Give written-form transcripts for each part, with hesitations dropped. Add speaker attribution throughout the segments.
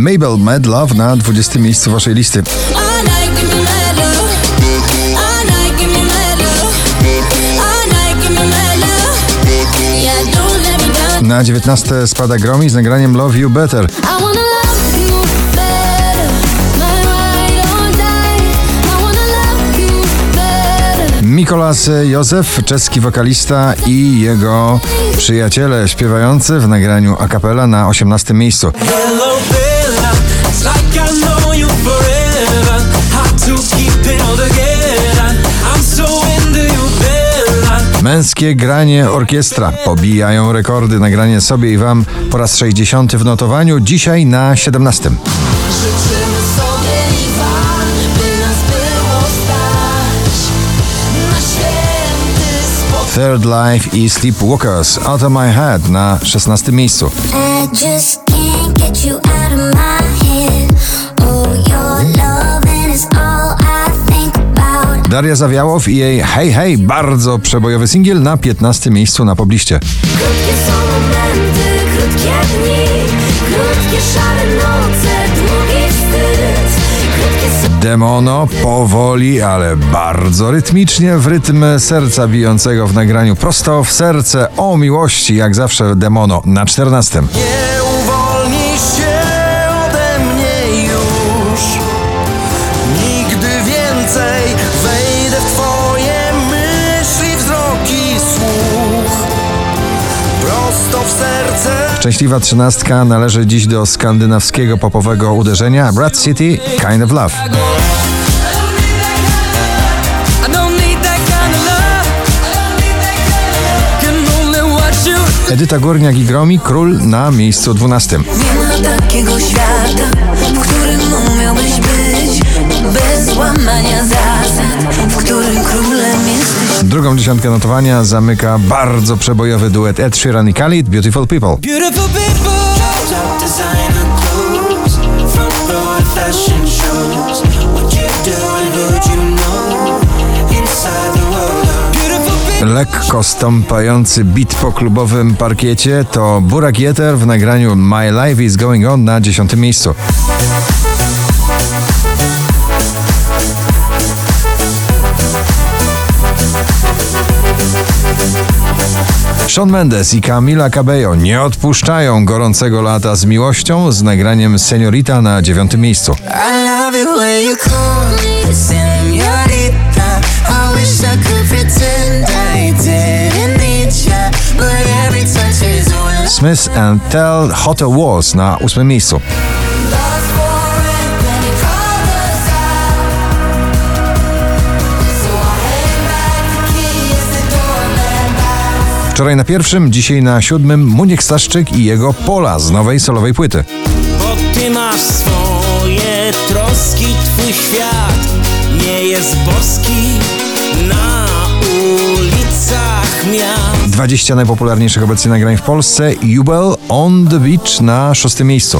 Speaker 1: Mabel Mad Love na 20. miejscu waszej listy. Na 19 spada Gromi z nagraniem Love You Better. Mikolas Józef, czeski wokalista i jego przyjaciele śpiewający w nagraniu a cappella na 18 miejscu. Męskie granie orkiestra. Pobijają rekordy. Nagranie sobie i wam po raz 60 w notowaniu. Dzisiaj na 17.
Speaker 2: Życzymy sobie i wam, by nas było stać na święty spokój.
Speaker 1: Third Life i Sleepwalkers. Out of My Head na 16 miejscu. Daria Zawiałow i jej Hej Hej, bardzo przebojowy singiel na 15 miejscu na pobliście.
Speaker 2: Krótkie są momenty, krótkie dni, krótkie szare noce, długi wstyd. Krótkie są...
Speaker 1: Demono powoli, ale bardzo rytmicznie w rytm serca bijącego w nagraniu prosto w serce o miłości, jak zawsze Demono na 14.
Speaker 3: Nie uwolnij się ode mnie już, nigdy więcej wejdę w twoje myśli, wzroki, słuch, prosto w serce.
Speaker 1: Szczęśliwa 13 należy dziś do skandynawskiego popowego uderzenia Brat City, Kind of Love. Edyta Górniak i Gromi, Król na miejscu 12.
Speaker 2: Nie ma takiego świata, w którym umiałbyś być, bez łamania zasad, w którym królem jesteś.
Speaker 1: Drugą dziesiątkę notowania zamyka bardzo przebojowy duet Ed Sheeran i Khalid, Beautiful People.
Speaker 3: Beautiful people. Designer clothes, front row at fashion shows. What you do and who you know inside the world. Beautiful people.
Speaker 1: Lekko stąpający beat po klubowym parkiecie to Burak Yeter w nagraniu My Life is Going On na 10. miejscu. Shawn Mendes i Camila Cabello nie odpuszczają gorącego lata z miłością z nagraniem Señorita na 9. miejscu.
Speaker 3: I love it when you call me señorita. I wish I could pretend I didn't need ya, but every touch is all.
Speaker 1: Smith and Tell Hotel Walls na 8. miejscu. Wczoraj na 1, dzisiaj na 7 Muniek Staszczyk i jego Pola z nowej solowej płyty.
Speaker 4: Bo ty masz swoje troski, twój świat nie jest boski na ulicach miast.
Speaker 1: 20 najpopularniejszych obecnie nagrań w Polsce. Jubel On The Beach na 6. miejscu.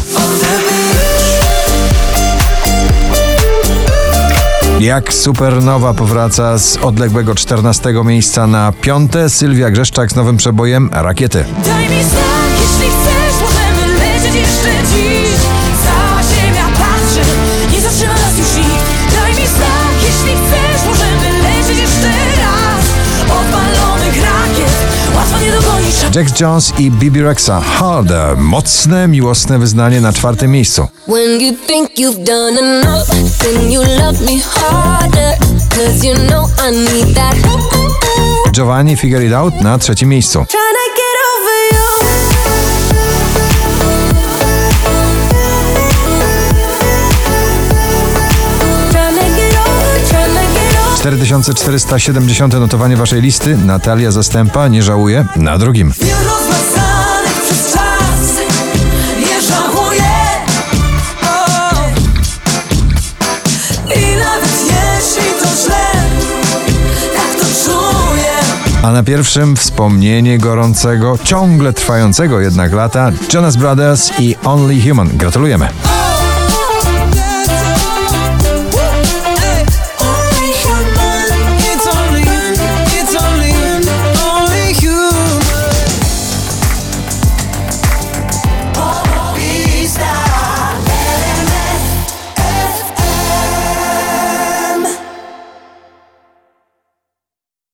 Speaker 1: Jak Supernowa powraca z odległego 14 miejsca na 5. Sylwia Grzeszczak z nowym przebojem Rakiety.
Speaker 2: Daj mi znak, jeśli chcesz, możemy lecieć jeszcze dziś. Cała ziemia patrzy, nie zatrzyma nas już nikt. Daj mi znak, jeśli chcesz, możemy lecieć jeszcze raz. Od balonych rakiet łatwo nie dogonisz.
Speaker 1: Jax Jones i Bibi Rexha Harder. Mocne, miłosne wyznanie na 4. miejscu.
Speaker 2: When you think you've done enough, then you love me harder, 'cause you know I need that.
Speaker 1: Giovanni Figure It Out na 3. miejscu.
Speaker 2: Tryna get over you. Tryna get over.
Speaker 1: 4470 notowanie waszej listy. Natalia Zastępa, Nie żałuję, na 2.
Speaker 2: Nierozmazanych przez czas, nie żałuję. I nawet jeśli to źle, tak to czuję.
Speaker 1: A na 1 wspomnienie gorącego, ciągle trwającego jednak lata Jonas Brothers i Only Human. Gratulujemy.